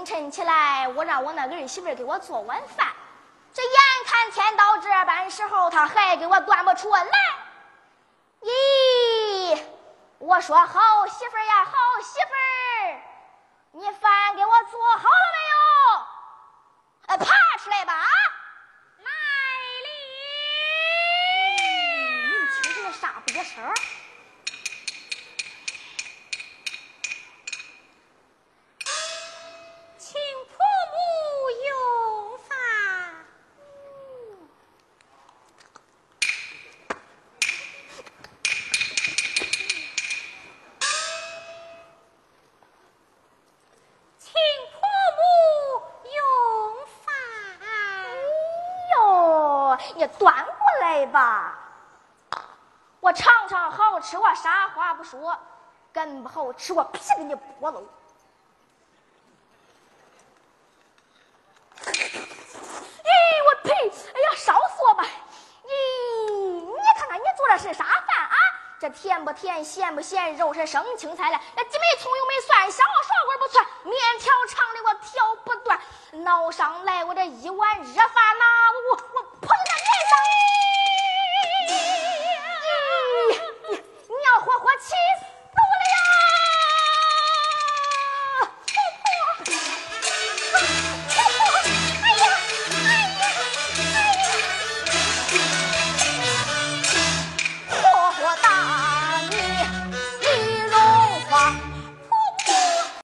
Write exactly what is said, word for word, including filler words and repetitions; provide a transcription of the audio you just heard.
晨起来，我让我那个儿媳妇给我做晚饭，这眼看天到这般时候，她还给我端不出来。咦，我说好媳妇呀，好媳妇儿，你饭给我做好了没有？呃，爬出来吧！ 来了。 你听这个啥别声？ 请婆母用饭。请婆母用饭。 哎呦，你端过来吧，我尝尝好吃，我啥话不说，跟不好吃我皮给你剥喽。咦，我呸！哎呀，烧死我吧！咦，你看看你做的是啥饭啊？这甜不甜，咸不咸，肉是生青菜了，那鸡没葱又没蒜，香烧味不窜，面条长的我挑不断，闹上来我这一碗热饭呐，我